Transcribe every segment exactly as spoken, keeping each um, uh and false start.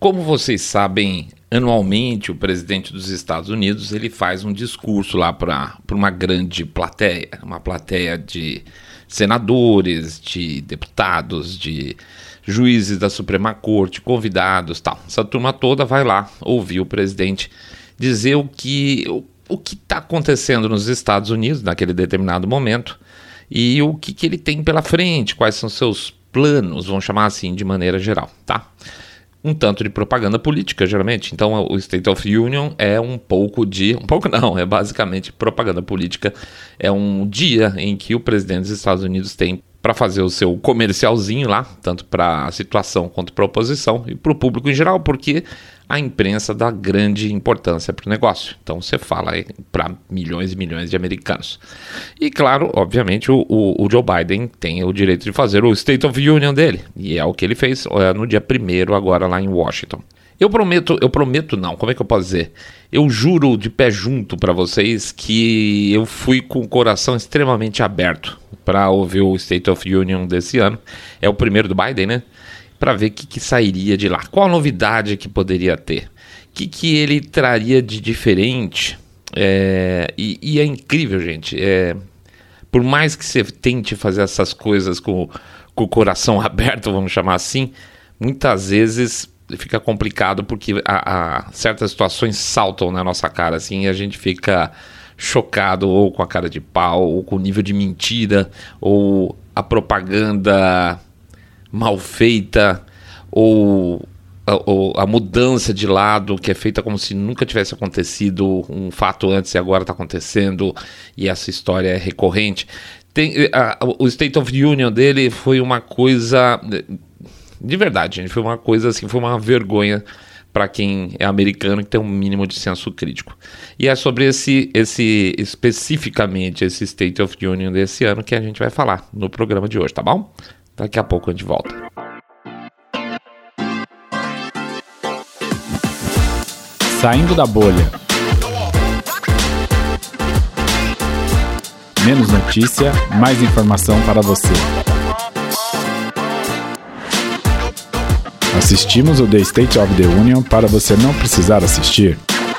Como vocês sabem, anualmente o presidente dos Estados Unidos ele faz um discurso lá para uma grande plateia, uma plateia de senadores, de deputados, de juízes da Suprema Corte, convidados, tal. Essa turma toda vai lá ouvir o presidente dizer o que o, o que está acontecendo nos Estados Unidos naquele determinado momento e o que, que ele tem pela frente, quais são seus planos, vamos chamar assim de maneira geral, tá? Um tanto de propaganda política, geralmente. Então, o State of the Union é um pouco de... Um pouco não, é basicamente propaganda política. É um dia em que o presidente dos Estados Unidos tem para fazer o seu comercialzinho lá, tanto para a situação quanto para a oposição e para o público em geral, porque a imprensa dá grande importância para o negócio. Então, você fala para milhões e milhões de americanos. E, claro, obviamente, o, o, o Joe Biden tem o direito de fazer o State of the Union dele. E é o que ele fez é, no dia primeiro, agora lá em Washington. Eu prometo, eu prometo não, como é que eu posso dizer? Eu juro de pé junto para vocês que eu fui com o coração extremamente aberto para ouvir o State of the Union desse ano. É o primeiro do Biden, né? Para ver o que, que sairia de lá. Qual a novidade que poderia ter? O que, que ele traria de diferente? É, e, e é incrível, gente. É, por mais que você tente fazer essas coisas com, com o coração aberto, vamos chamar assim, muitas vezes fica complicado porque a, a, certas situações saltam na nossa cara assim, e a gente fica chocado ou com a cara de pau, ou com o nível de mentira, ou a propaganda mal feita, ou a, ou a mudança de lado que é feita como se nunca tivesse acontecido um fato antes e agora está acontecendo, e essa história é recorrente. Tem, a, o State of the Union dele foi uma coisa... De verdade, gente, foi uma coisa assim, foi uma vergonha para quem é americano e tem um mínimo de senso crítico. E é sobre esse, esse, especificamente, esse State of the Union desse ano que a gente vai falar no programa de hoje, tá bom? Daqui a pouco a gente volta. Saindo da bolha. Menos notícia, mais informação para você. Assistimos o The State of the Union para você não precisar assistir.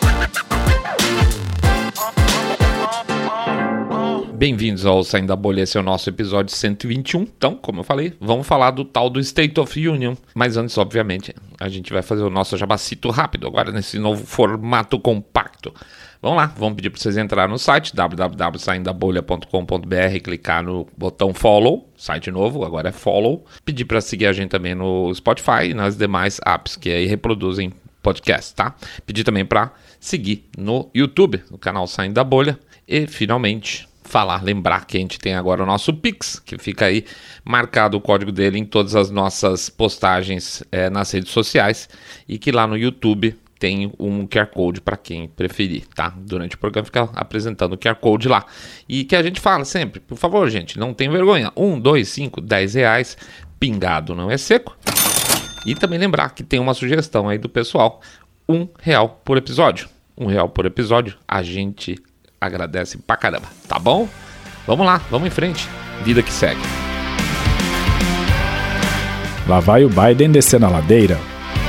Bem-vindos ao Saindo da Bolha, esse é o nosso episódio cento e vinte e um. Então, como eu falei, vamos falar do tal do State of the Union. Mas antes, obviamente, a gente vai fazer o nosso jabacito rápido, agora nesse novo formato compacto. Vamos lá, vamos pedir para vocês entrarem no site w w w ponto saindo da bolha ponto com ponto b r, clicar no botão follow, site novo, agora é follow. Pedir para seguir a gente também no Spotify e nas demais apps que aí reproduzem podcast, tá? Pedir também para seguir no YouTube, no canal Saindo da Bolha. E, finalmente, falar, lembrar que a gente tem agora o nosso Pix, que fica aí marcado o código dele em todas as nossas postagens é, nas redes sociais, e que lá no YouTube tem um Q R Code para quem preferir, tá? Durante o programa fica apresentando o Q R Code lá. E que a gente fala sempre, por favor, gente, não tem vergonha. Um, dois, cinco, dez reais, pingado não é seco. E também lembrar que tem uma sugestão aí do pessoal, um real por episódio. Um real por episódio, a gente agradece pra caramba, tá bom? Vamos lá, vamos em frente. Vida que segue. Lá vai o Biden descer na ladeira.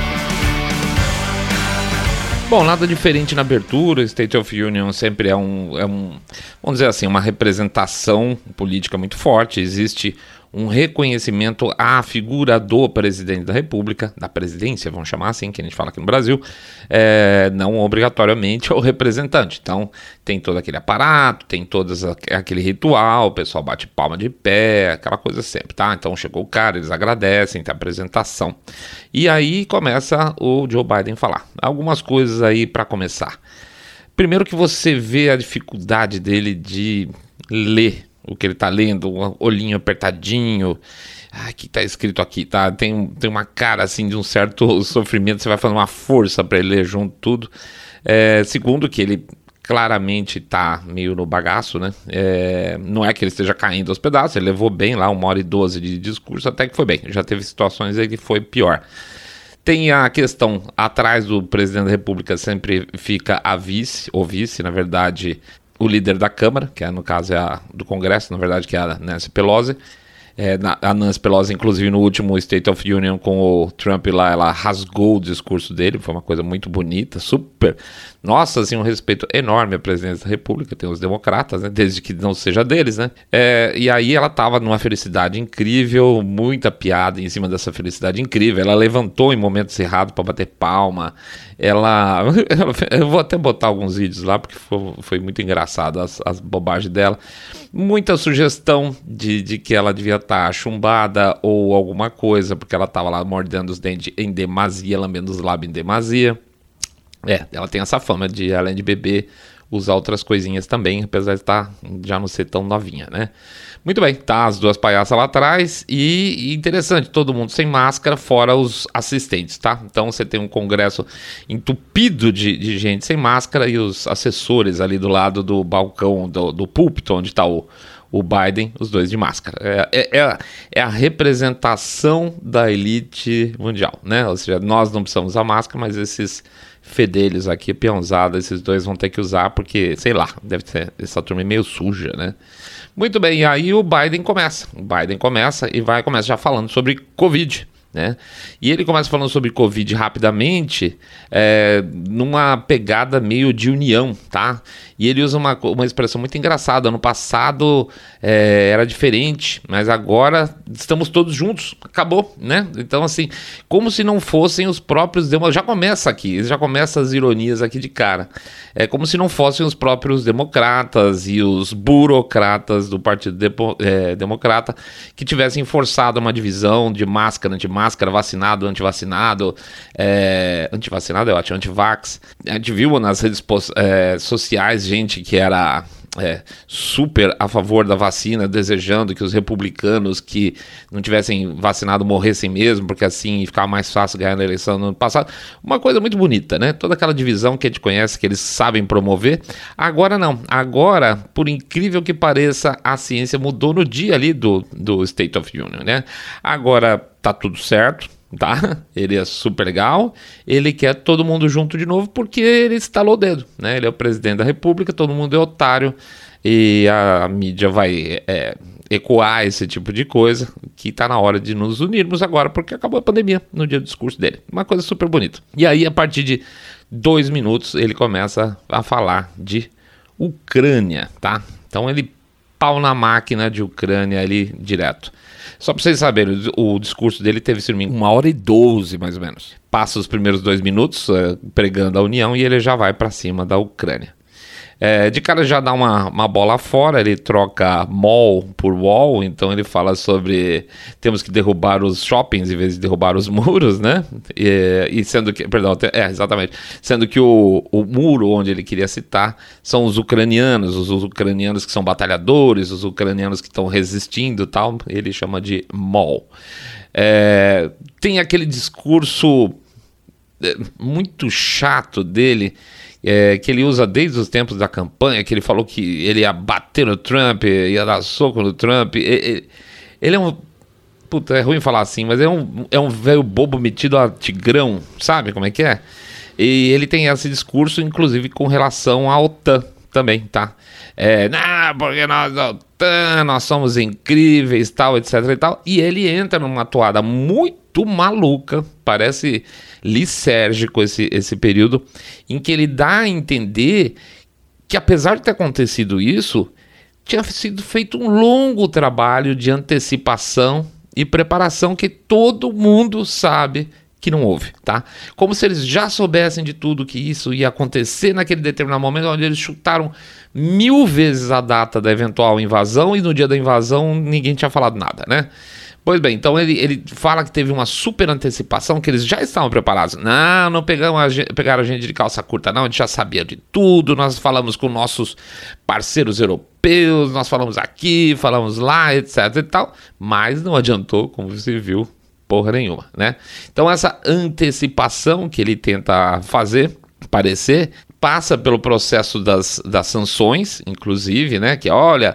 Bom, nada diferente na abertura. State of the Union sempre é um, é um, vamos dizer assim, uma representação política muito forte. Existe um reconhecimento à figura do presidente da República, da presidência, vamos chamar assim, que a gente fala aqui no Brasil, é, não obrigatoriamente ao representante. Então, tem todo aquele aparato, tem todo aquele ritual, o pessoal bate palma de pé, aquela coisa sempre, tá? Então, chegou o cara, eles agradecem, tem a apresentação. E aí começa o Joe Biden falar. Algumas coisas aí para começar. Primeiro que você vê a dificuldade dele de ler o que ele tá lendo, um olhinho apertadinho. Ah, que tá escrito aqui, tá? Tem, tem uma cara assim de um certo sofrimento, você vai fazendo uma força para ele ler junto tudo. É, segundo, que ele claramente tá meio no bagaço, né? É, não é que ele esteja caindo aos pedaços, ele levou bem lá, uma hora e doze de discurso, até que foi bem. Já teve situações aí que foi pior. Tem a questão, atrás do presidente da República sempre fica a vice, ou vice, na verdade, o líder da Câmara, que é, no caso é a do Congresso, na verdade, que é a Nancy Pelosi. É, na, a Nancy Pelosi, inclusive, no último State of Union com o Trump lá, ela rasgou o discurso dele, foi uma coisa muito bonita, super, nossa, assim, um respeito enorme à presidência da República, tem os democratas, né, desde que não seja deles, né, é, e aí ela tava numa felicidade incrível, muita piada em cima dessa felicidade incrível, ela levantou em momentos errados para bater palma, ela, eu vou até botar alguns vídeos lá, porque foi, foi muito engraçado as, as bobagens dela, muita sugestão de, de que ela devia estar chumbada ou alguma coisa, porque ela estava lá mordendo os dentes em demasia, lambendo os lábios em demasia. É, ela tem essa fama de, além de beber, usar outras coisinhas também, apesar de estar já não ser tão novinha, né? Muito bem, tá as duas palhaças lá atrás e, e interessante, todo mundo sem máscara, fora os assistentes, tá? Então você tem um congresso entupido de, de gente sem máscara e os assessores ali do lado do balcão, do, do púlpito, onde está o, o Biden, os dois de máscara. É, é, é a representação da elite mundial, né? Ou seja, nós não precisamos usar máscara, mas esses fedelhos aqui, peãozada, esses dois vão ter que usar porque, sei lá, deve ser, essa turma é meio suja, né? Muito bem, e aí o Biden começa, o Biden começa e vai começa já falando sobre Covid, né? E ele começa falando sobre Covid rapidamente, é, numa pegada meio de união, tá? E ele usa uma, uma expressão muito engraçada, ano passado é, era diferente, mas agora estamos todos juntos, acabou, né? Então assim, como se não fossem os próprios democratas, já começa aqui, já começa as ironias aqui de cara, é como se não fossem os próprios democratas e os burocratas do Partido Depo, é, Democrata que tivessem forçado uma divisão de máscara, anti-máscara, vacinado, antivacinado, é, antivacinado é ótimo, anti-vax. A gente viu nas redes é, sociais gente que era é, super a favor da vacina, desejando que os republicanos que não tivessem vacinado morressem mesmo, porque assim ficava mais fácil ganhar na eleição no ano passado. Uma coisa muito bonita, né? Toda aquela divisão que a gente conhece, que eles sabem promover. Agora não. Agora, por incrível que pareça, a ciência mudou no dia ali do, do State of Union, né? Agora tá tudo certo, tá? Ele é super legal, ele quer todo mundo junto de novo porque ele estalou o dedo, né? Ele é o presidente da república, todo mundo é otário e a mídia vai é, ecoar esse tipo de coisa, que tá na hora de nos unirmos agora porque acabou a pandemia no dia do discurso dele, uma coisa super bonita. E aí a partir de dois minutos ele começa a falar de Ucrânia, tá? Então ele pau na máquina de Ucrânia ali direto. Só para vocês saberem, o, o discurso dele teve, se não me engano, uma hora e doze, mais ou menos. Passa os primeiros dois minutos uh, pregando a união e ele já vai para cima da Ucrânia. É, de cara já dá uma, uma bola fora, ele troca mall por wall, então ele fala sobre temos que derrubar os shoppings em vez de derrubar os muros, né? E, e sendo que, perdão, é, exatamente, sendo que o, o muro onde ele queria citar são os ucranianos, os, os ucranianos que são batalhadores, os ucranianos que estão resistindo e tal, ele chama de mall. É, tem aquele discurso muito chato dele, É, que ele usa desde os tempos da campanha, que ele falou que ele ia bater no Trump, ia dar soco no Trump. Ele, ele é um... Puta, é ruim falar assim, mas é um, é um velho bobo metido a tigrão, sabe como é que é? E ele tem esse discurso, inclusive, com relação à OTAN também, tá? É, não, porque nós da OTAN, nós somos incríveis, tal, etc e tal. E ele entra numa toada muito maluca, parece lisérgico esse, esse período, em que ele dá a entender que, apesar de ter acontecido isso, tinha sido feito um longo trabalho de antecipação e preparação que todo mundo sabe que não houve, tá? Como se eles já soubessem de tudo que isso ia acontecer naquele determinado momento, onde eles chutaram mil vezes a data da eventual invasão e no dia da invasão ninguém tinha falado nada, né? Pois bem, então ele, ele fala que teve uma super antecipação, que eles já estavam preparados. Não, não pegamos a gente, pegaram a gente de calça curta, não, a gente já sabia de tudo, nós falamos com nossos parceiros europeus, nós falamos aqui, falamos lá, etc e tal, mas não adiantou, como você viu, porra nenhuma, né? Então essa antecipação que ele tenta fazer, parecer, passa pelo processo das, das sanções, inclusive, né? Que olha,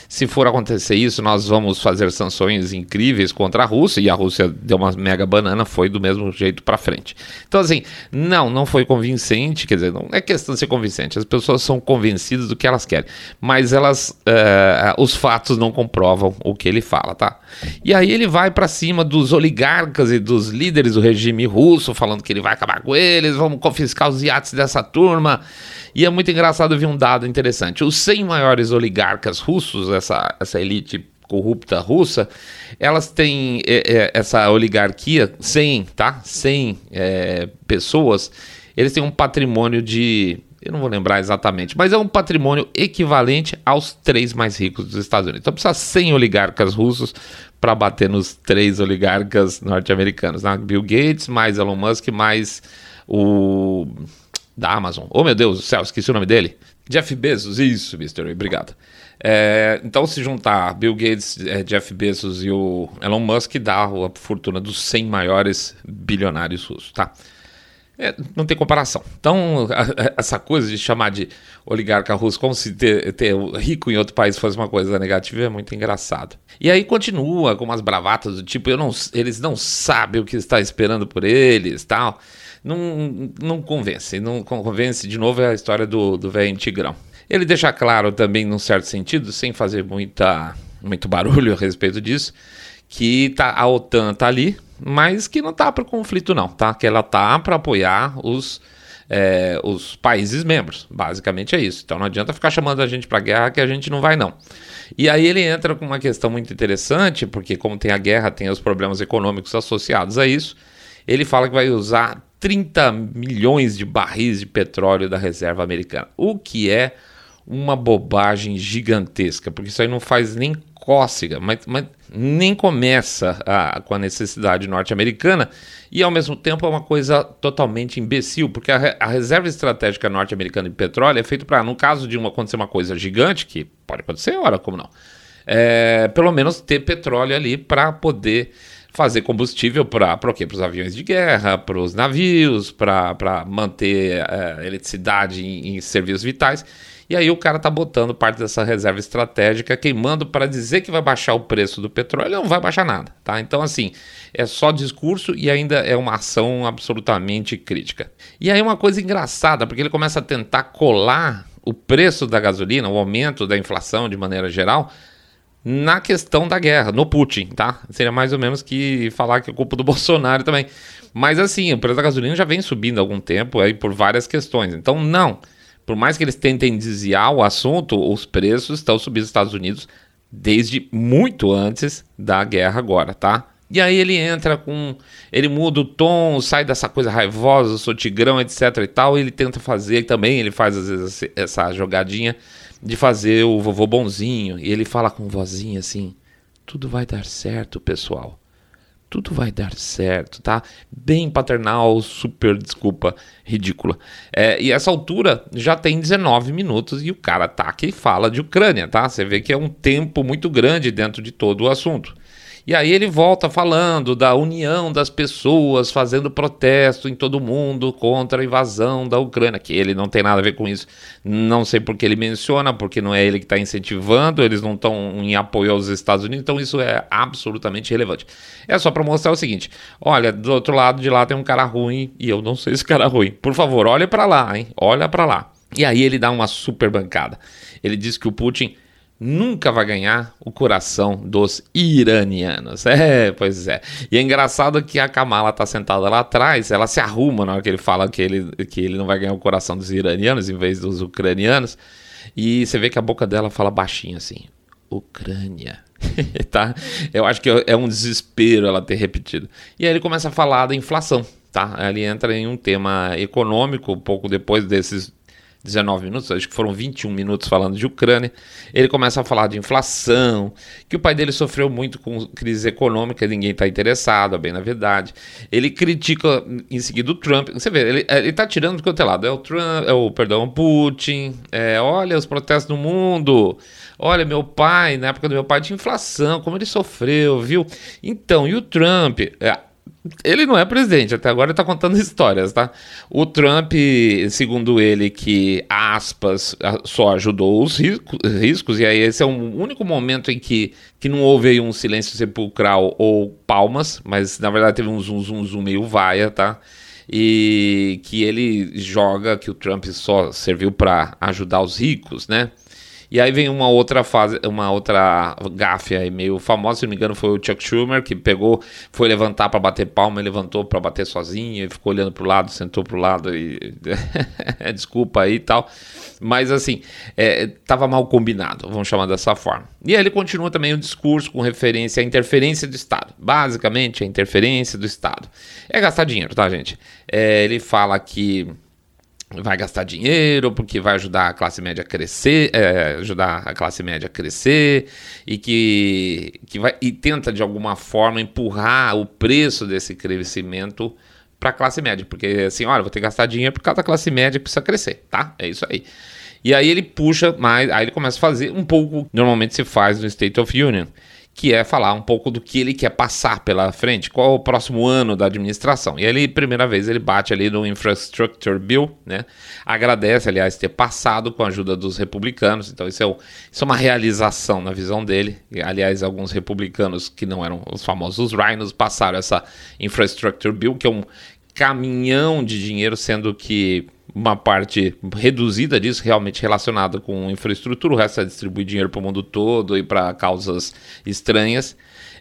se for acontecer isso, nós vamos fazer sanções incríveis contra a Rússia, e a Rússia deu uma mega banana, foi do mesmo jeito para frente. Então assim, não, não foi convincente, quer dizer, não é questão de ser convincente, as pessoas são convencidas do que elas querem, mas elas, uh, os fatos não comprovam o que ele fala, tá? E aí ele vai para cima dos oligarcas e dos líderes do regime russo, falando que ele vai acabar com eles, vamos confiscar os iates dessa turma. E é muito engraçado ver um dado interessante. Os cem maiores oligarcas russos, essa, essa elite corrupta russa, elas têm é, é, essa oligarquia, cem, tá? cem é, pessoas, eles têm um patrimônio de... Eu não vou lembrar exatamente, mas é um patrimônio equivalente aos três mais ricos dos Estados Unidos. Então precisa cem oligarcas russos para bater nos três oligarcas norte-americanos, né? Bill Gates, mais Elon Musk, mais o... da Amazon. Oh, meu Deus do céu, esqueci o nome dele. Jeff Bezos, isso, mister Obrigado. É, então, se juntar Bill Gates, é, Jeff Bezos e o Elon Musk, dá a fortuna dos cem maiores bilionários russos, tá? É, não tem comparação. Então, a, a, essa coisa de chamar de oligarca russo como se ter, ter rico em outro país fosse uma coisa negativa é muito engraçado. E aí continua com umas bravatas do tipo, eu não, eles não sabem o que está esperando por eles, tal. Não, não convence, não convence, de novo, é a história do, do velho Tigrão. Ele deixa claro também, num certo sentido, sem fazer muita, muito barulho a respeito disso, que tá, a OTAN está ali, mas que não está para o conflito não, tá? Que ela está para apoiar os, é, os países membros, basicamente é isso. Então não adianta ficar chamando a gente para guerra que a gente não vai não. E aí ele entra com uma questão muito interessante, porque como tem a guerra, tem os problemas econômicos associados a isso, ele fala que vai usar trinta milhões de barris de petróleo da reserva americana, o que é uma bobagem gigantesca, porque isso aí não faz nem cócega, mas, mas nem começa a, com a necessidade norte-americana, e ao mesmo tempo é uma coisa totalmente imbecil, porque a, a reserva estratégica norte-americana de petróleo é feita para, no caso de uma, acontecer uma coisa gigante, que pode acontecer, ora, como não, é, pelo menos ter petróleo ali para poder fazer combustível para os aviões de guerra, para os navios, para manter é, eletricidade em, em serviços vitais. E aí o cara está botando parte dessa reserva estratégica, queimando para dizer que vai baixar o preço do petróleo, não vai baixar nada, tá? Então assim, é só discurso e ainda é uma ação absolutamente crítica. E aí uma coisa engraçada, porque ele começa a tentar colar o preço da gasolina, o aumento da inflação de maneira geral, na questão da guerra, no Putin, tá? Seria mais ou menos que falar que é culpa do Bolsonaro também. Mas assim, o preço da gasolina já vem subindo há algum tempo aí por várias questões. Então não, por mais que eles tentem desviar o assunto, os preços estão subindo nos Estados Unidos desde muito antes da guerra agora, tá? E aí ele entra com... Ele muda o tom, sai dessa coisa raivosa, sou tigrão, etc e tal, e ele tenta fazer também, ele faz às vezes essa jogadinha de fazer o vovô bonzinho, e ele fala com vozinha assim, tudo vai dar certo, pessoal, tudo vai dar certo, tá? Bem paternal, super, desculpa, ridícula. É, e essa altura já tem dezenove minutos e o cara tá que fala de Ucrânia, tá? Você vê que é um tempo muito grande dentro de todo o assunto. E aí ele volta falando da união das pessoas, fazendo protesto em todo mundo contra a invasão da Ucrânia, que ele não tem nada a ver com isso. Não sei por que ele menciona, porque não é ele que está incentivando, eles não estão em apoio aos Estados Unidos, então isso é absolutamente relevante. É só para mostrar o seguinte, olha, do outro lado de lá tem um cara ruim, e eu não sei esse cara ruim. Por favor, olha para lá, hein? Olha para lá. E aí ele dá uma super bancada. Ele diz que o Putin nunca vai ganhar o coração dos iranianos. É, pois é. E é engraçado que a Kamala tá sentada lá atrás, ela se arruma na hora que ele fala que ele, que ele não vai ganhar o coração dos iranianos em vez dos ucranianos. E você vê que a boca dela fala baixinho assim, Ucrânia. Tá? Eu acho que é um desespero ela ter repetido. E aí ele começa a falar da inflação, tá? Ele entra em um tema econômico, um pouco depois desses dezenove minutos, acho que foram vinte e um minutos falando de Ucrânia. Ele começa a falar de inflação, que o pai dele sofreu muito com crise econômica, ninguém está interessado, é bem na verdade. Ele critica em seguida o Trump. Você vê, ele, ele tá tirando do que é lado. É o Trump, é o, perdão, o Putin, é, olha os protestos no mundo, olha meu pai, na época do meu pai tinha inflação, como ele sofreu, viu? Então, e o Trump... É, Ele não é presidente, até agora ele tá contando histórias, tá? O Trump, segundo ele, que, aspas, só ajudou os riscos, e aí esse é o único momento em que, que não houve aí um silêncio sepulcral ou palmas, mas na verdade teve um zoom, zoom, zoom meio vaia, tá? E que ele joga que o Trump só serviu para ajudar os ricos, né? E aí vem uma outra fase, uma outra gafe aí meio famosa, se não me engano foi o Chuck Schumer, que pegou, foi levantar para bater palma, ele levantou para bater sozinho, e ficou olhando pro lado, sentou pro lado e desculpa aí e tal. Mas assim, é, tava mal combinado, vamos chamar dessa forma. E aí ele continua também o discurso com referência à interferência do Estado. Basicamente, a interferência do Estado. É gastar dinheiro, tá, gente? É, ele fala que vai gastar dinheiro porque vai ajudar a classe média a crescer, é, ajudar a classe média a crescer e que, que vai, e tenta de alguma forma empurrar o preço desse crescimento para a classe média, porque assim, olha, vou ter que gastar dinheiro por causa da classe média que precisa crescer, tá? É isso aí. E aí ele puxa mais, aí ele começa a fazer um pouco, normalmente se faz no State of Union, que é falar um pouco do que ele quer passar pela frente, qual é o próximo ano da administração. E ele, primeira vez, ele bate ali no Infrastructure Bill, né? Agradece, aliás, ter passado com a ajuda dos republicanos. Então isso é, o, isso é uma realização na visão dele. E, aliás, alguns republicanos que não eram os famosos rhinos passaram essa Infrastructure Bill, que é um caminhão de dinheiro, sendo que uma parte reduzida disso realmente relacionada com infraestrutura, o resto é distribuir dinheiro para o mundo todo e para causas estranhas.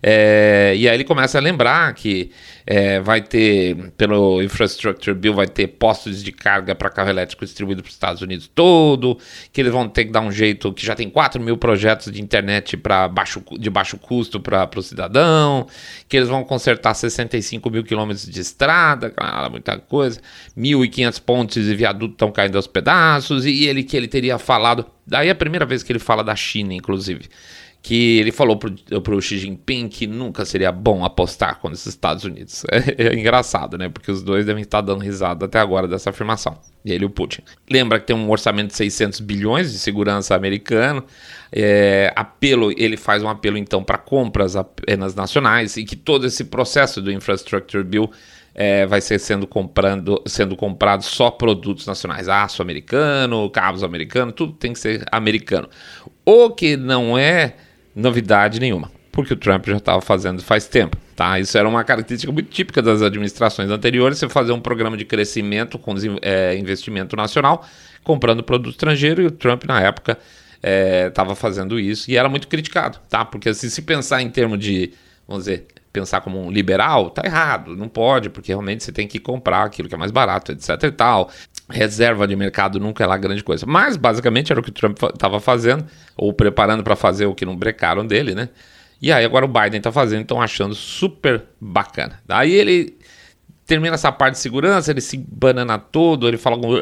É, e aí ele começa a lembrar que é, vai ter, pelo Infrastructure Bill, vai ter postos de carga para carro elétrico distribuído para os Estados Unidos todo, que eles vão ter que dar um jeito, que já tem quatro mil projetos de internet pra baixo, de baixo custo para o cidadão, que eles vão consertar sessenta e cinco mil quilômetros de estrada, ah, muita coisa, mil e quinhentos pontes e viadutos estão caindo aos pedaços, e ele que ele teria falado, daí é a primeira vez que ele fala da China, inclusive, que ele falou para o Xi Jinping que nunca seria bom apostar com os Estados Unidos. É, é engraçado, né? Porque os dois devem estar dando risada até agora dessa afirmação. E ele e o Putin. Lembra que tem um orçamento de seiscentos bilhões de segurança americano. É, apelo, ele faz um apelo, então, para compras apenas nacionais e que todo esse processo do Infrastructure Bill É, vai ser sendo, comprando, sendo comprado só produtos nacionais, aço americano, cabos americanos, tudo tem que ser americano. O que não é novidade nenhuma, porque o Trump já estava fazendo faz tempo, tá? Isso era uma característica muito típica das administrações anteriores, você fazer um programa de crescimento com é, investimento nacional, comprando produto estrangeiro, e o Trump na época estava é, fazendo isso, e era muito criticado, tá? Porque assim, se pensar em termos de, vamos dizer, pensar como um liberal, tá errado, não pode, porque realmente você tem que comprar aquilo que é mais barato, etc e tal. Reserva de mercado nunca é lá grande coisa. Mas, basicamente, era o que o Trump estava fazendo, ou preparando para fazer o que não brecaram dele, né? E aí agora o Biden está fazendo, então achando super bacana. Daí ele termina essa parte de segurança, ele se banana todo, ele fala com...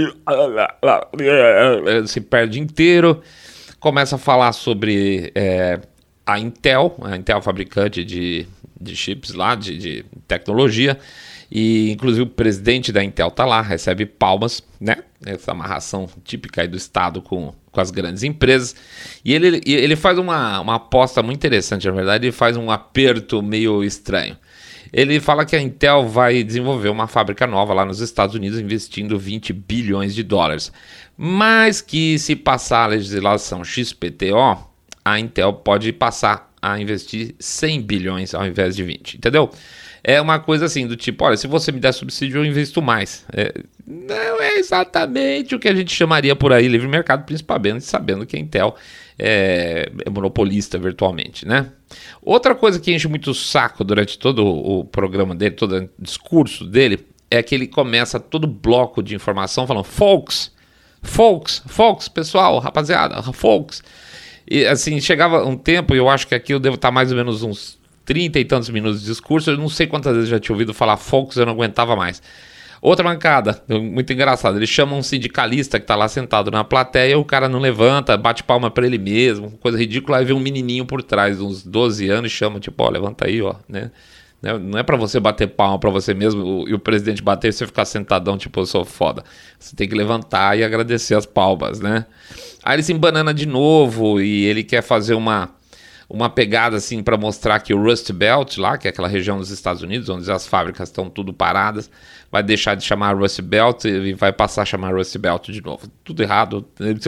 se perde inteiro, começa a falar sobre... É, a Intel, a Intel fabricante de, de chips lá, de, de tecnologia, e inclusive o presidente da Intel tá lá, recebe palmas, né? Essa amarração típica aí do Estado com, com as grandes empresas, e ele, ele faz uma, uma aposta muito interessante, na verdade, ele faz um aperto meio estranho. Ele fala que a Intel vai desenvolver uma fábrica nova lá nos Estados Unidos, investindo vinte bilhões de dólares, mas que se passar a legislação X P T O, a Intel pode passar a investir cem bilhões ao invés de vinte, entendeu? É uma coisa assim, do tipo, olha, se você me der subsídio, eu invisto mais. É, não é exatamente o que a gente chamaria por aí livre mercado, principalmente sabendo que a Intel é, é monopolista virtualmente, né? Outra coisa que enche muito o saco durante todo o programa dele, todo o discurso dele, é que ele começa todo bloco de informação falando, folks, folks, folks, pessoal, rapaziada, folks. E assim, chegava um tempo, e eu acho que aqui eu devo estar mais ou menos uns trinta e tantos minutos de discurso, eu não sei quantas vezes eu já tinha ouvido falar folks, eu não aguentava mais. Outra mancada, muito engraçado, ele chama um sindicalista que está lá sentado na plateia, o cara não levanta, bate palma para ele mesmo, coisa ridícula, aí vem um menininho por trás, uns doze anos, e chama, tipo, ó, levanta aí, ó, né? Não é para você bater palma para você mesmo e o presidente bater e você ficar sentadão, tipo, eu sou foda. Você tem que levantar e agradecer as palmas, né? Aí ele se embanana de novo e ele quer fazer uma, uma pegada assim para mostrar que o Rust Belt lá, que é aquela região dos Estados Unidos, onde as fábricas estão tudo paradas, vai deixar de chamar Rust Belt e vai passar a chamar Rust Belt de novo. Tudo errado.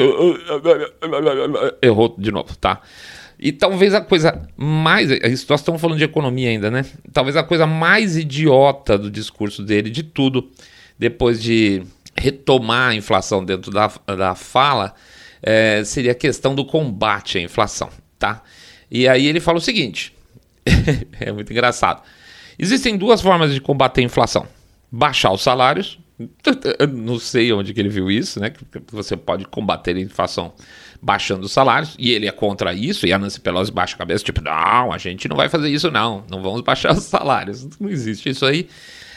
Errou de novo, tá? E talvez a coisa mais... Nós estamos falando de economia ainda, né? Talvez a coisa mais idiota do discurso dele, de tudo, depois de retomar a inflação dentro da, da fala, é, seria a questão do combate à inflação, tá? E aí ele fala o seguinte, é muito engraçado. Existem duas formas de combater a inflação. Baixar os salários, eu não sei onde que ele viu isso, né? Que você pode combater a inflação baixando os salários, e ele é contra isso, e a Nancy Pelosi baixa a cabeça, tipo, não, a gente não vai fazer isso não, não vamos baixar os salários, não existe isso aí.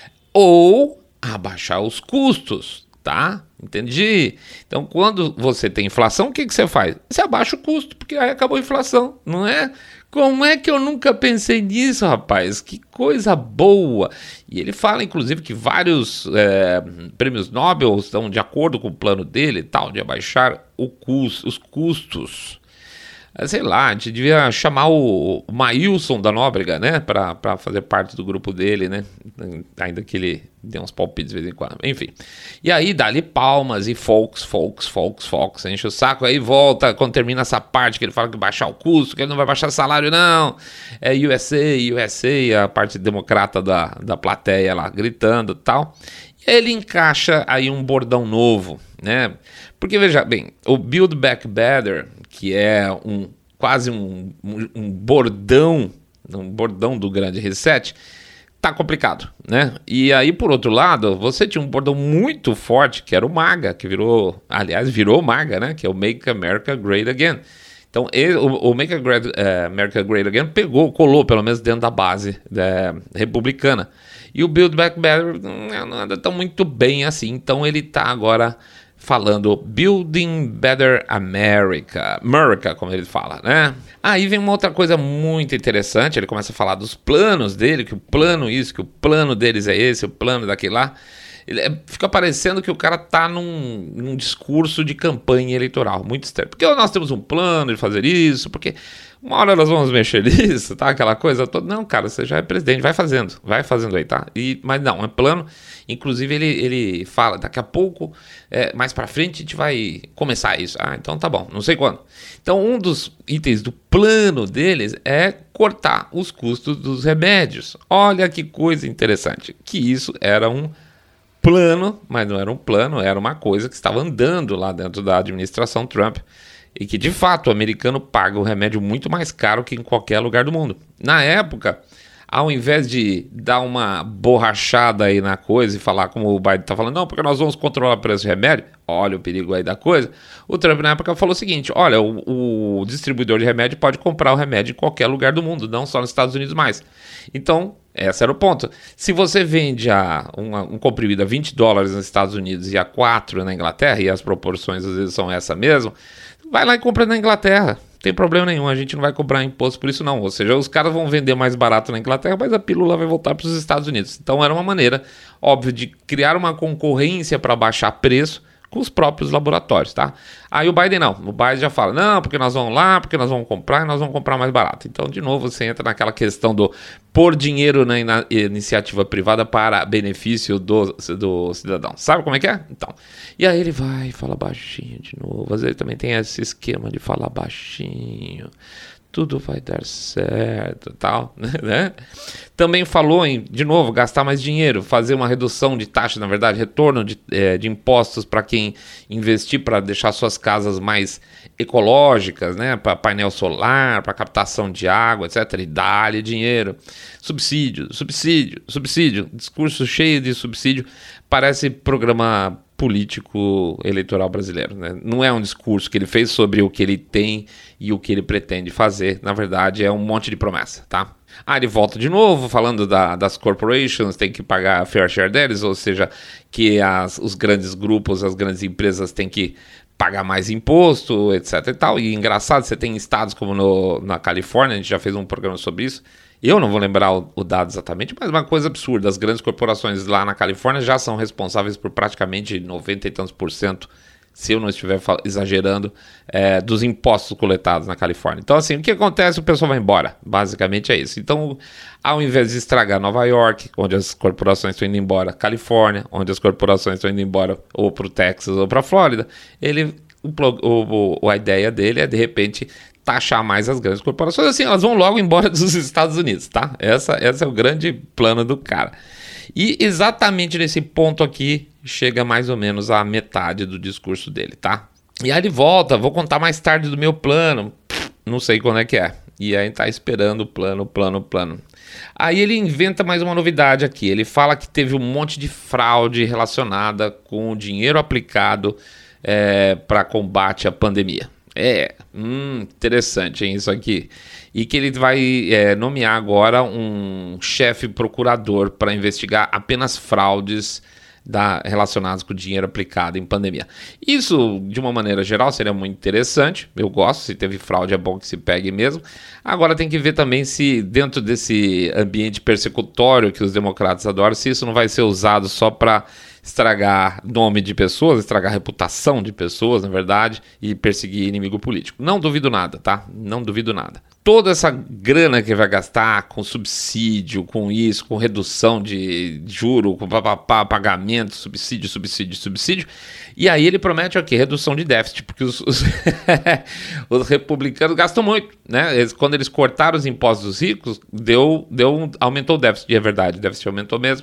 Ou abaixar os custos, tá? Entendi? Então, quando você tem inflação, o que, que você faz? Você abaixa o custo, porque aí acabou a inflação, não é? Como é que eu nunca pensei nisso, rapaz? Que coisa boa! E ele fala, inclusive, que vários é, prêmios Nobel estão de acordo com o plano dele e tal, de abaixar o custo, os custos. Sei lá, a gente devia chamar o, o Maílson da Nóbrega, né, pra, pra fazer parte do grupo dele, né, ainda que ele dê uns palpites de vez em quando, enfim. E aí dá-lhe palmas e folks, folks, folks, folks, enche o saco, aí volta, quando termina essa parte que ele fala que baixar o custo, que ele não vai baixar salário não, é U S A, U S A, a parte democrata da, da plateia lá, gritando e tal. E aí ele encaixa aí um bordão novo, né, porque veja bem, o Build Back Better, que é um, quase um, um, um bordão, um bordão do grande reset, tá complicado, né? E aí, por outro lado, você tinha um bordão muito forte, que era o MAGA, que virou, aliás, virou MAGA, né? Que é o Make America Great Again. Então, ele, o, o Make America Great Again pegou, colou, pelo menos dentro da base é, republicana. E o Build Back Better não anda tão muito bem assim, então ele tá agora falando Building Better America, America, como ele fala, né? Aí vem uma outra coisa muito interessante, ele começa a falar dos planos dele, que o plano isso, que o plano deles é esse, o plano daquele lá. Ele é, fica parecendo que o cara tá num, num discurso de campanha eleitoral, muito estranho. Porque nós temos um plano de fazer isso, porque uma hora nós vamos mexer nisso, tá? Aquela coisa toda. Não, cara, você já é presidente, vai fazendo, vai fazendo aí, tá? E, mas não, é plano. Inclusive ele, ele fala, daqui a pouco, é, mais pra frente a gente vai começar isso. Ah, então tá bom, não sei quando. Então um dos itens do plano deles é cortar os custos dos remédios. Olha que coisa interessante, que isso era um plano, mas não era um plano, era uma coisa que estava andando lá dentro da administração Trump. E que, de fato, o americano paga o remédio muito mais caro que em qualquer lugar do mundo. Na época, ao invés de dar uma borrachada aí na coisa e falar como o Biden está falando, não, porque nós vamos controlar o preço do remédio, olha o perigo aí da coisa, o Trump na época falou o seguinte, olha, o, o distribuidor de remédio pode comprar o remédio em qualquer lugar do mundo, não só nos Estados Unidos mais. Então, esse era o ponto. Se você vende a, uma, um comprimido a vinte dólares nos Estados Unidos e a quatro na Inglaterra, e as proporções às vezes são essa mesmo, vai lá e compra na Inglaterra. Não tem problema nenhum, a gente não vai cobrar imposto por isso não. Ou seja, os caras vão vender mais barato na Inglaterra, mas a pílula vai voltar para os Estados Unidos. Então era uma maneira, óbvio, de criar uma concorrência para baixar preço com os próprios laboratórios, tá? Aí o Biden não, o Biden já fala, não, porque nós vamos lá, porque nós vamos comprar e nós vamos comprar mais barato. Então, de novo, você entra naquela questão do pôr dinheiro na in- iniciativa privada para benefício do, do cidadão. Sabe como é que é? Então, e aí ele vai e fala baixinho de novo, às vezes também tem esse esquema de falar baixinho, tudo vai dar certo, tal, né? Também falou em, de novo, gastar mais dinheiro, fazer uma redução de taxa, na verdade, retorno de, é, de impostos para quem investir, para deixar suas casas mais ecológicas, né? Para painel solar, para captação de água, etcétera. E dá-lhe dinheiro. Subsídio, subsídio, subsídio. Discurso cheio de subsídio. Parece programa político eleitoral brasileiro, né? Não é um discurso que ele fez sobre o que ele tem e o que ele pretende fazer. Na verdade, é um monte de promessa, tá? Ah, ele volta de novo falando da, das corporations, tem que pagar a fair share deles, ou seja, que as, os grandes grupos, as grandes empresas têm que pagar mais imposto, etc e tal. E engraçado, você tem estados como no, na Califórnia, a gente já fez um programa sobre isso. Eu não vou lembrar o, o dado exatamente, mas uma coisa absurda, as grandes corporações lá na Califórnia já são responsáveis por praticamente noventa e tantos por cento, se eu não estiver exagerando, é, dos impostos coletados na Califórnia. Então, assim, o que acontece? O pessoal vai embora. Basicamente é isso. Então, ao invés de estragar Nova York, onde as corporações estão indo embora, Califórnia, onde as corporações estão indo embora, ou para o Texas ou para a Flórida, ele, o, o, o, a ideia dele é, de repente, taxar mais as grandes corporações. Assim, elas vão logo embora dos Estados Unidos, tá? Essa, esse é o grande plano do cara. E exatamente nesse ponto aqui, chega mais ou menos a metade do discurso dele, tá? E aí ele volta, vou contar mais tarde do meu plano, não sei quando é que é. E aí tá esperando o plano, plano, plano. Aí ele inventa mais uma novidade aqui, ele fala que teve um monte de fraude relacionada com o dinheiro aplicado é, para combate à pandemia. É, hum, interessante, hein, isso aqui. E que ele vai é, nomear agora um chefe procurador para investigar apenas fraudes da, relacionadas com o dinheiro aplicado em pandemia. Isso, de uma maneira geral, seria muito interessante. Eu gosto, se teve fraude é bom que se pegue mesmo. Agora tem que ver também se dentro desse ambiente persecutório que os democratas adoram, se isso não vai ser usado só para estragar nome de pessoas, estragar reputação de pessoas, na verdade, e perseguir inimigo político. Não duvido nada, tá? Não duvido nada. Toda essa grana que vai gastar com subsídio, com isso, com redução de juro, com papapá, pagamento, subsídio, subsídio, subsídio. E aí ele promete o quê? Redução de déficit, porque os, os, os republicanos gastam muito, né? Eles, quando eles cortaram os impostos dos ricos, deu, deu, aumentou o déficit, e é verdade, o déficit aumentou mesmo.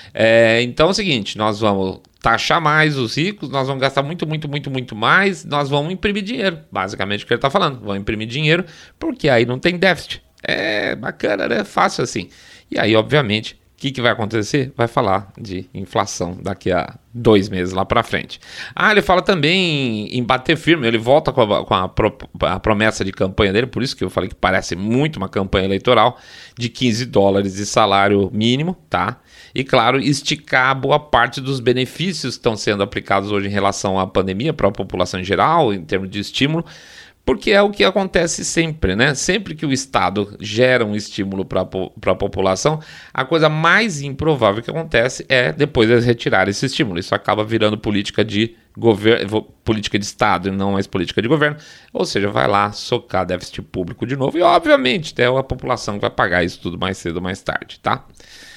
É, então é o seguinte, nós vamos taxar mais os ricos, nós vamos gastar muito, muito, muito, muito mais, nós vamos imprimir dinheiro, basicamente o que ele está falando, vamos imprimir dinheiro, porque aí não tem déficit. É bacana, né? Fácil assim. E aí, obviamente, o que, que vai acontecer? Vai falar de inflação daqui a dois meses lá para frente. Ah, ele fala também em bater firme, ele volta com, a, com a, pro, a promessa de campanha dele, por isso que eu falei que parece muito uma campanha eleitoral, de quinze dólares de salário mínimo, tá? E, claro, esticar boa parte dos benefícios que estão sendo aplicados hoje em relação à pandemia para a população em geral, em termos de estímulo, porque é o que acontece sempre, né? Sempre que o Estado gera um estímulo para a população, a coisa mais improvável que acontece é depois eles retirarem esse estímulo. Isso acaba virando política de governo, política de Estado e não mais política de governo. Ou seja, vai lá socar déficit público de novo e, obviamente, é a população que vai pagar isso tudo mais cedo ou mais tarde, tá?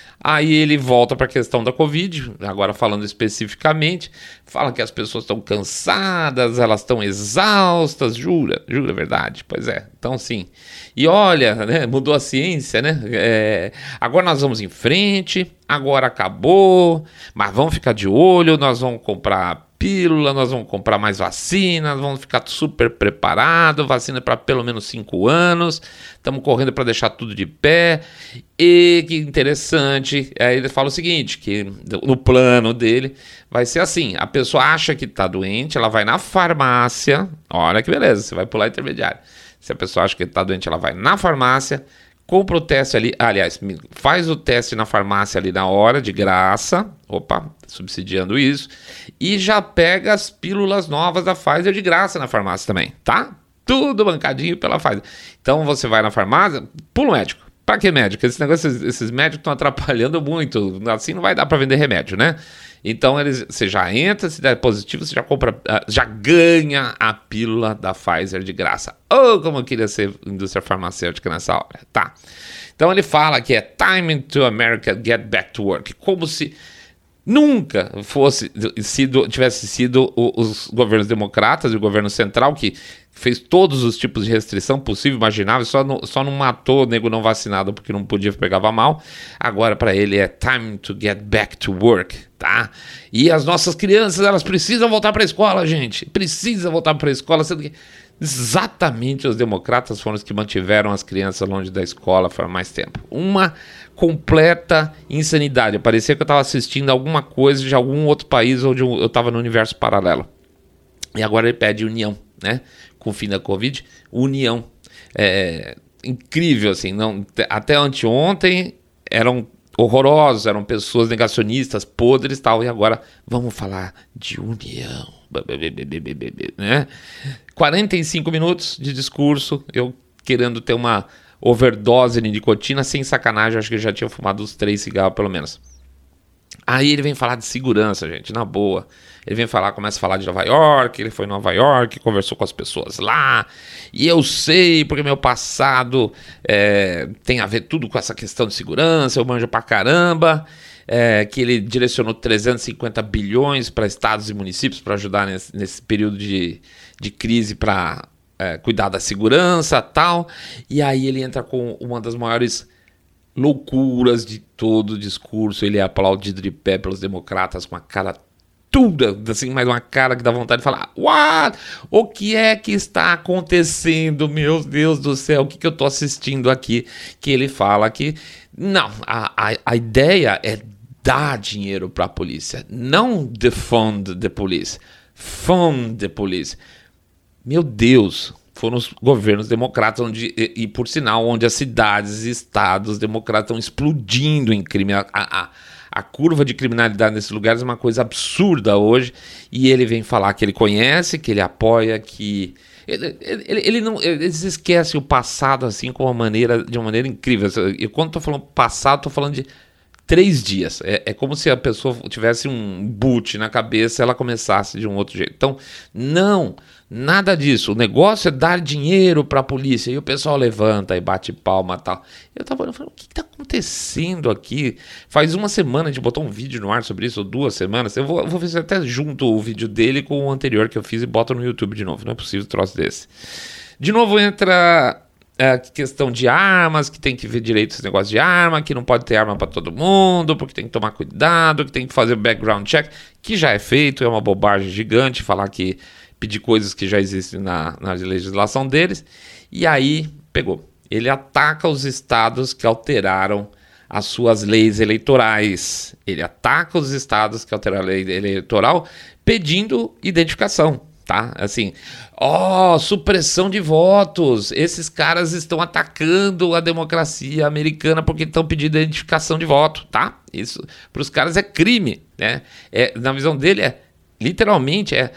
Aí ele volta para a questão da Covid, agora falando especificamente, fala que as pessoas estão cansadas, elas estão exaustas, jura, jura, verdade, pois é, então sim. E olha, né, mudou a ciência, né, é, agora nós vamos em frente, agora acabou, mas vamos ficar de olho, nós vamos comprar pílula, nós vamos comprar mais vacinas, vamos ficar super preparados, vacina para pelo menos cinco anos, estamos correndo para deixar tudo de pé. E que interessante, aí ele fala o seguinte, que no plano dele vai ser assim, a pessoa acha que está doente, ela vai na farmácia, olha que beleza, você vai pular intermediário, se a pessoa acha que está doente, ela vai na farmácia, compra o teste ali, aliás, faz o teste na farmácia ali na hora, de graça, opa, subsidiando isso, e já pega as pílulas novas da Pfizer de graça na farmácia também, tá? Tudo bancadinho pela Pfizer. Então você vai na farmácia, pula o médico. Pra que médico? Esse negócio, esses, esses médicos estão atrapalhando muito, assim não vai dar para vender remédio, né? Então eles, você já entra, se der positivo, você já compra, já ganha a pílula da Pfizer de graça. Oh, como eu queria ser indústria farmacêutica nessa hora, tá? Então ele fala que é time to America get back to work, como se nunca fosse sido, tivesse sido os governos democratas e o governo central que fez todos os tipos de restrição possível, imaginável, só não, só não matou o nego não vacinado porque não podia, pegava mal. Agora para ele é time to get back to work, tá? E as nossas crianças, elas precisam voltar para a escola, gente. Precisa voltar para a escola, sendo que exatamente os democratas foram os que mantiveram as crianças longe da escola por mais tempo. Uma completa insanidade. Parecia que eu estava assistindo alguma coisa de algum outro país ou de um, eu estava no universo paralelo. E agora ele pede união, né? Com o fim da Covid, união. É incrível, assim. Não, até anteontem eram horrorosos, eram pessoas negacionistas, podres e tal. E agora vamos falar de união. Né? quarenta e cinco minutos de discurso, eu querendo ter uma overdose de nicotina, sem sacanagem, acho que eu já tinha fumado uns três cigarros pelo menos. Aí ele vem falar de segurança, gente, na boa. Ele vem falar, começa a falar de Nova York, ele foi em Nova York, conversou com as pessoas lá, e eu sei, porque meu passado é, tem a ver tudo com essa questão de segurança, eu manjo pra caramba, é, que ele direcionou trezentos e cinquenta bilhões para estados e municípios para ajudar nesse, nesse período de, de crise para é, cuidar da segurança e tal, e aí ele entra com uma das maiores loucuras de todo o discurso, ele é aplaudido de pé pelos democratas com a cara tudo, assim, mais uma cara que dá vontade de falar, what? O que é que está acontecendo, meu Deus do céu, o que, que eu estou assistindo aqui? Que ele fala que, não, a, a, a ideia é dar dinheiro para a polícia, não defund the police, fund the police. Meu Deus, foram os governos democratas, onde, e, e por sinal, onde as cidades e estados democratas estão explodindo em crime, a, a A curva de criminalidade nesses lugares é uma coisa absurda hoje, e ele vem falar que ele conhece, que ele apoia, que... Ele, ele, ele não, eles esquecem o passado assim com uma maneira, de uma maneira incrível. E quando estou falando passado, estou falando de três dias. É, é como se a pessoa tivesse um boot na cabeça e ela começasse de um outro jeito. Então, não, nada disso. O negócio é dar dinheiro para a polícia. E o pessoal levanta e bate palma e tal. Eu tava olhando e falei, o que está acontecendo aqui? Faz uma semana a gente botou um vídeo no ar sobre isso, ou duas semanas. Eu vou, eu vou ver se eu até junto o vídeo dele com o anterior que eu fiz e boto no YouTube de novo. Não é possível um troço desse. De novo entra... É, questão de armas, que tem que ver direito esse negócio de arma, que não pode ter arma para todo mundo, porque tem que tomar cuidado, que tem que fazer background check, que já é feito, é uma bobagem gigante falar que pedir coisas que já existem na, na legislação deles. E aí, pegou. Ele ataca os estados que alteraram as suas leis eleitorais. Ele ataca os estados que alteraram a lei eleitoral pedindo identificação. Tá? Assim, ó, oh, supressão de votos, esses caras estão atacando a democracia americana porque estão pedindo identificação de voto, tá? Isso para os caras é crime, né? É, na visão dele é, literalmente, é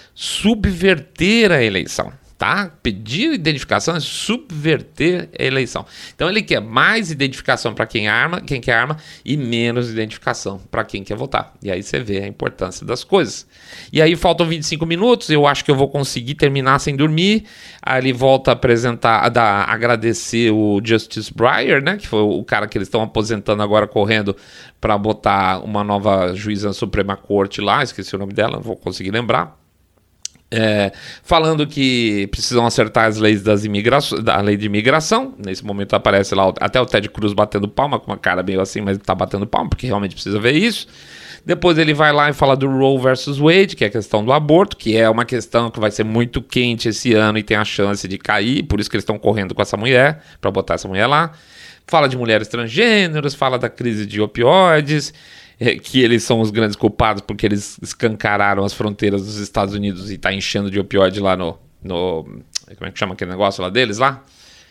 subverter a eleição, tá? Pedir identificação é subverter a eleição. Então ele quer mais identificação para quem arma, quem quer arma, e menos identificação para quem quer votar. E aí você vê a importância das coisas. E aí faltam vinte e cinco minutos, eu acho que eu vou conseguir terminar sem dormir. Aí ele volta a apresentar, a dar, agradecer o Justice Breyer, né? Que foi o cara que eles estão aposentando agora, correndo para botar uma nova juíza na Suprema Corte lá, esqueci o nome dela, não vou conseguir lembrar. É, falando que precisam acertar as leis das imigrações, da lei de imigração. Nesse momento aparece lá até o Ted Cruz batendo palma, com uma cara meio assim, mas tá batendo palma porque realmente precisa ver isso. Depois ele vai lá e fala do Roe versus Wade, que é a questão do aborto, que é uma questão que vai ser muito quente esse ano e tem a chance de cair, por isso que eles estão correndo com essa mulher, para botar essa mulher lá. Fala de mulheres transgêneros, fala da crise de opioides, que eles são os grandes culpados porque eles escancararam as fronteiras dos Estados Unidos e tá enchendo de opioide lá no, no... Como é que chama aquele negócio lá deles lá?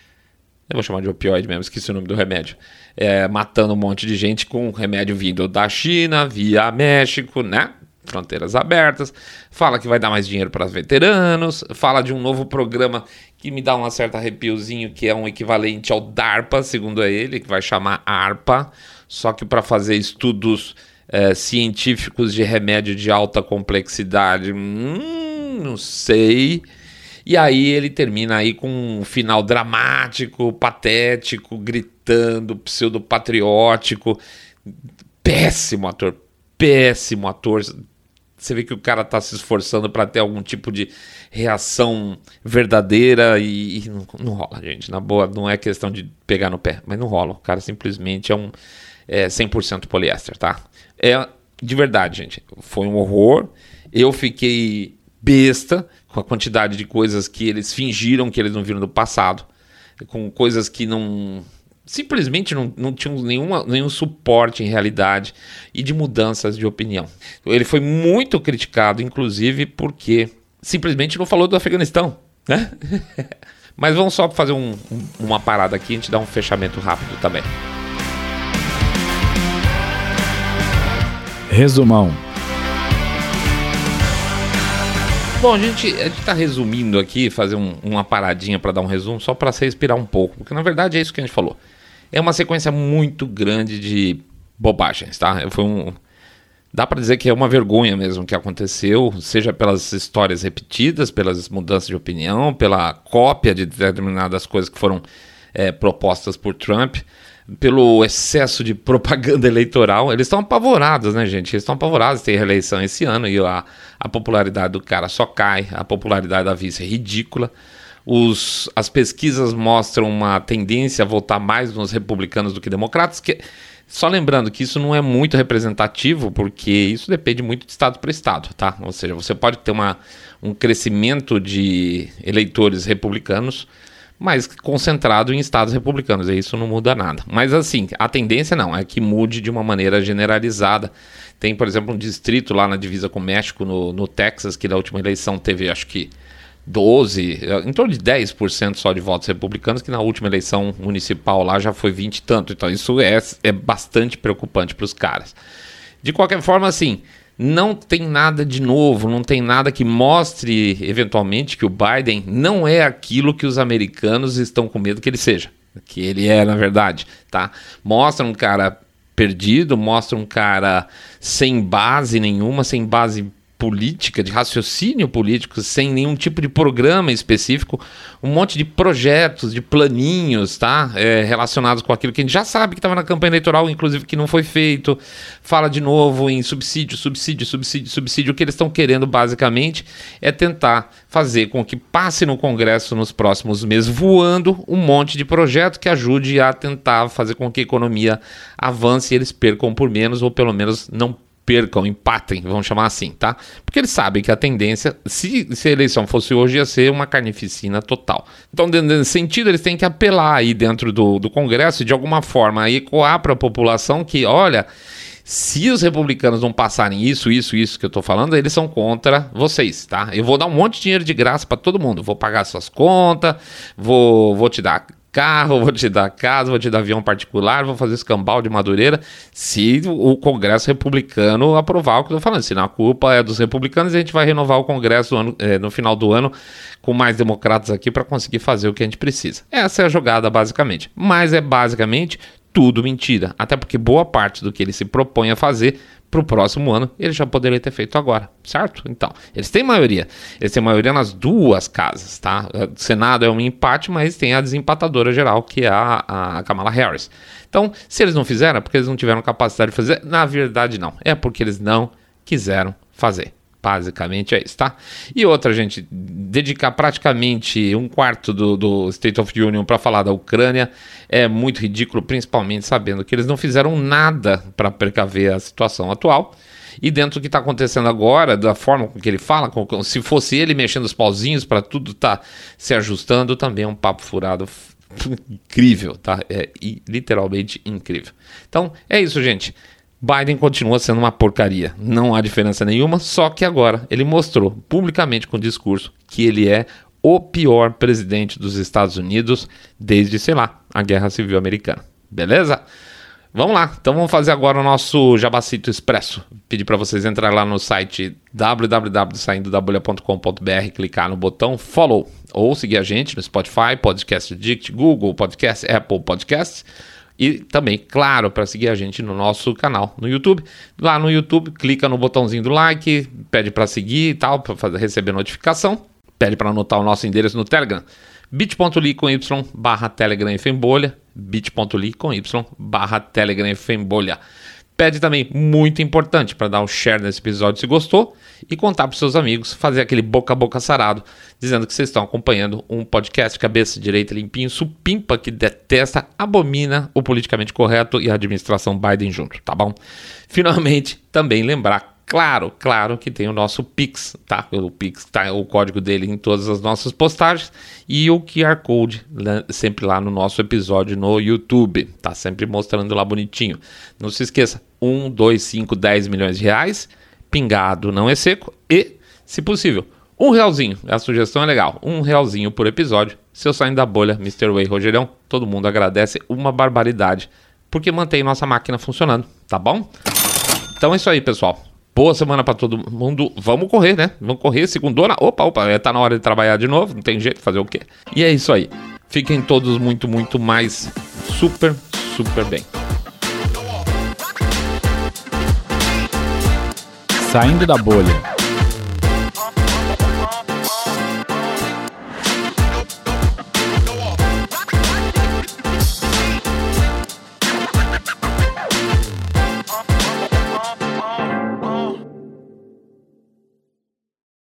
Eu vou chamar de opioide mesmo, esqueci o nome do remédio. É, matando um monte de gente com remédio vindo da China, via México, né? Fronteiras abertas. Fala que vai dar mais dinheiro para os veteranos. Fala de um novo programa que me dá um certo arrepiozinho, que é um equivalente ao DARPA, segundo ele, que vai chamar ARPA, só que para fazer estudos é, científicos de remédio de alta complexidade. Hum, não sei. E aí ele termina aí com um final dramático, patético, gritando, pseudo-patriótico. Péssimo ator, péssimo ator. Você vê que o cara tá se esforçando para ter algum tipo de reação verdadeira e, e não, não rola, gente. Na boa, não é questão de pegar no pé, mas não rola. O cara simplesmente é um é, cem por cento poliéster, tá? É de verdade, gente. Foi um horror. Eu fiquei besta com a quantidade de coisas que eles fingiram que eles não viram do passado, com coisas que não... simplesmente não, não tinham nenhuma, nenhum suporte em realidade e de mudanças de opinião. Ele foi muito criticado, inclusive, porque simplesmente não falou do Afeganistão, né? Mas vamos só fazer um, um, uma parada aqui e a gente dá um fechamento rápido também. Resumão. Bom, a gente a está resumindo aqui, fazer um, uma paradinha para dar um resumo, só para você respirar um pouco, porque na verdade é isso que a gente falou. É uma sequência muito grande de bobagens, tá? Foi um... Dá para dizer que é uma vergonha mesmo que aconteceu, seja pelas histórias repetidas, pelas mudanças de opinião, pela cópia de determinadas coisas que foram é, propostas por Trump, pelo excesso de propaganda eleitoral. Eles estão apavorados, né, gente? Eles estão apavorados, tem reeleição esse ano e a, a popularidade do cara só cai, a popularidade da vice é ridícula. Os, as pesquisas mostram uma tendência a votar mais nos republicanos do que democratas, que... Só lembrando que isso não é muito representativo, porque isso depende muito de estado para estado, tá? Ou seja, você pode ter uma, um crescimento de eleitores republicanos, mas concentrado em estados republicanos, e isso não muda nada. Mas assim, a tendência não, é que mude de uma maneira generalizada. Tem, por exemplo, um distrito lá na divisa com o México, no, no Texas, que na última eleição teve, acho que, doze, em torno de dez por cento só de votos republicanos, que na última eleição municipal lá já foi vinte e tanto. Então isso é, é bastante preocupante para os caras. De qualquer forma, assim, não tem nada de novo, não tem nada que mostre eventualmente que o Biden não é aquilo que os americanos estão com medo que ele seja, que ele é na verdade, tá? Mostra um cara perdido, mostra um cara sem base nenhuma, sem base política, de raciocínio político, sem nenhum tipo de programa específico, um monte de projetos, de planinhos, tá? É, relacionados com aquilo que a gente já sabe que estava na campanha eleitoral, inclusive que não foi feito. Fala de novo em subsídio, subsídio, subsídio, subsídio. O que eles estão querendo basicamente é tentar fazer com que passe no Congresso nos próximos meses, voando um monte de projeto que ajude a tentar fazer com que a economia avance e eles percam por menos, ou pelo menos não percam, empatem, vamos chamar assim, tá? Porque eles sabem que a tendência, se, se a eleição fosse hoje, ia ser uma carnificina total. Então, nesse sentido, eles têm que apelar aí dentro do, do Congresso e, de alguma forma, ecoar para a população que, olha, se os republicanos não passarem isso, isso, isso que eu tô falando, eles são contra vocês, tá? Eu vou dar um monte de dinheiro de graça para todo mundo, vou pagar suas contas, vou, vou te dar carro, vou te dar casa, vou te dar avião particular, vou fazer escambau de Madureira, se o Congresso republicano aprovar o que eu tô falando. Se não, a culpa é dos republicanos, a gente vai renovar o Congresso no, ano, é, no final do ano com mais democratas aqui para conseguir fazer o que a gente precisa. Essa é a jogada basicamente, mas é basicamente tudo mentira, até porque boa parte do que ele se propõe a fazer para o próximo ano, ele já poderia ter feito agora, certo? Então, eles têm maioria. Eles têm maioria nas duas casas, tá? O Senado é um empate, mas tem a desempatadora geral, que é a, a Kamala Harris. Então, se eles não fizeram, é porque eles não tiveram capacidade de fazer. Na verdade, não. É porque eles não quiseram fazer. Basicamente é isso, tá? E outra, gente, dedicar praticamente um quarto do, do State of the Union para falar da Ucrânia é muito ridículo, principalmente sabendo que eles não fizeram nada para precaver a situação atual. E dentro do que está acontecendo agora, da forma com que ele fala, como se fosse ele mexendo os pauzinhos para tudo tá se ajustando, também é um papo furado incrível, tá? É literalmente incrível. Então, é isso, gente. Biden continua sendo uma porcaria, não há diferença nenhuma, só que agora ele mostrou publicamente com o discurso que ele é o pior presidente dos Estados Unidos desde, sei lá, a Guerra Civil Americana. Beleza? Vamos lá, então vamos fazer agora o nosso Jabacito Expresso. Pedir para vocês entrarem lá no site w w w ponto saindo da bolha ponto com ponto b r, clicar no botão follow, ou seguir a gente no Spotify, Podcast Addict, Google Podcast, Apple Podcasts. E também, claro, para seguir a gente no nosso canal no YouTube. Lá no YouTube, clica no botãozinho do like, pede para seguir e tal, para receber notificação. Pede para anotar o nosso endereço no Telegram. bit.ly com y barra Telegram F M Bolha. bit.ly com y barra Telegram F M Bolha. Pede também, muito importante, para dar um share nesse episódio se gostou e contar para os seus amigos, fazer aquele boca a boca sarado, dizendo que vocês estão acompanhando um podcast cabeça direita limpinho, supimpa, que detesta, abomina o politicamente correto e a administração Biden junto, tá bom? Finalmente, também lembrar, claro, claro que tem o nosso Pix, tá? O Pix tá o código dele em todas as nossas postagens e o Q R Code né, sempre lá no nosso episódio no YouTube, tá sempre mostrando lá bonitinho. Não se esqueça, um, dois, cinco, dez milhões de reais, pingado não é seco e, se possível, um realzinho, a sugestão é legal, um realzinho por episódio. Se eu sair da bolha, mister Way Rogerão, todo mundo agradece uma barbaridade, porque mantém nossa máquina funcionando, tá bom? Então é isso aí, pessoal. Boa semana pra todo mundo. Vamos correr, né? Vamos correr, segundona. Opa, opa, é, tá na hora de trabalhar de novo. Não tem jeito de fazer o quê? E é isso aí. Fiquem todos muito, muito mais super, super bem. Saindo da Bolha.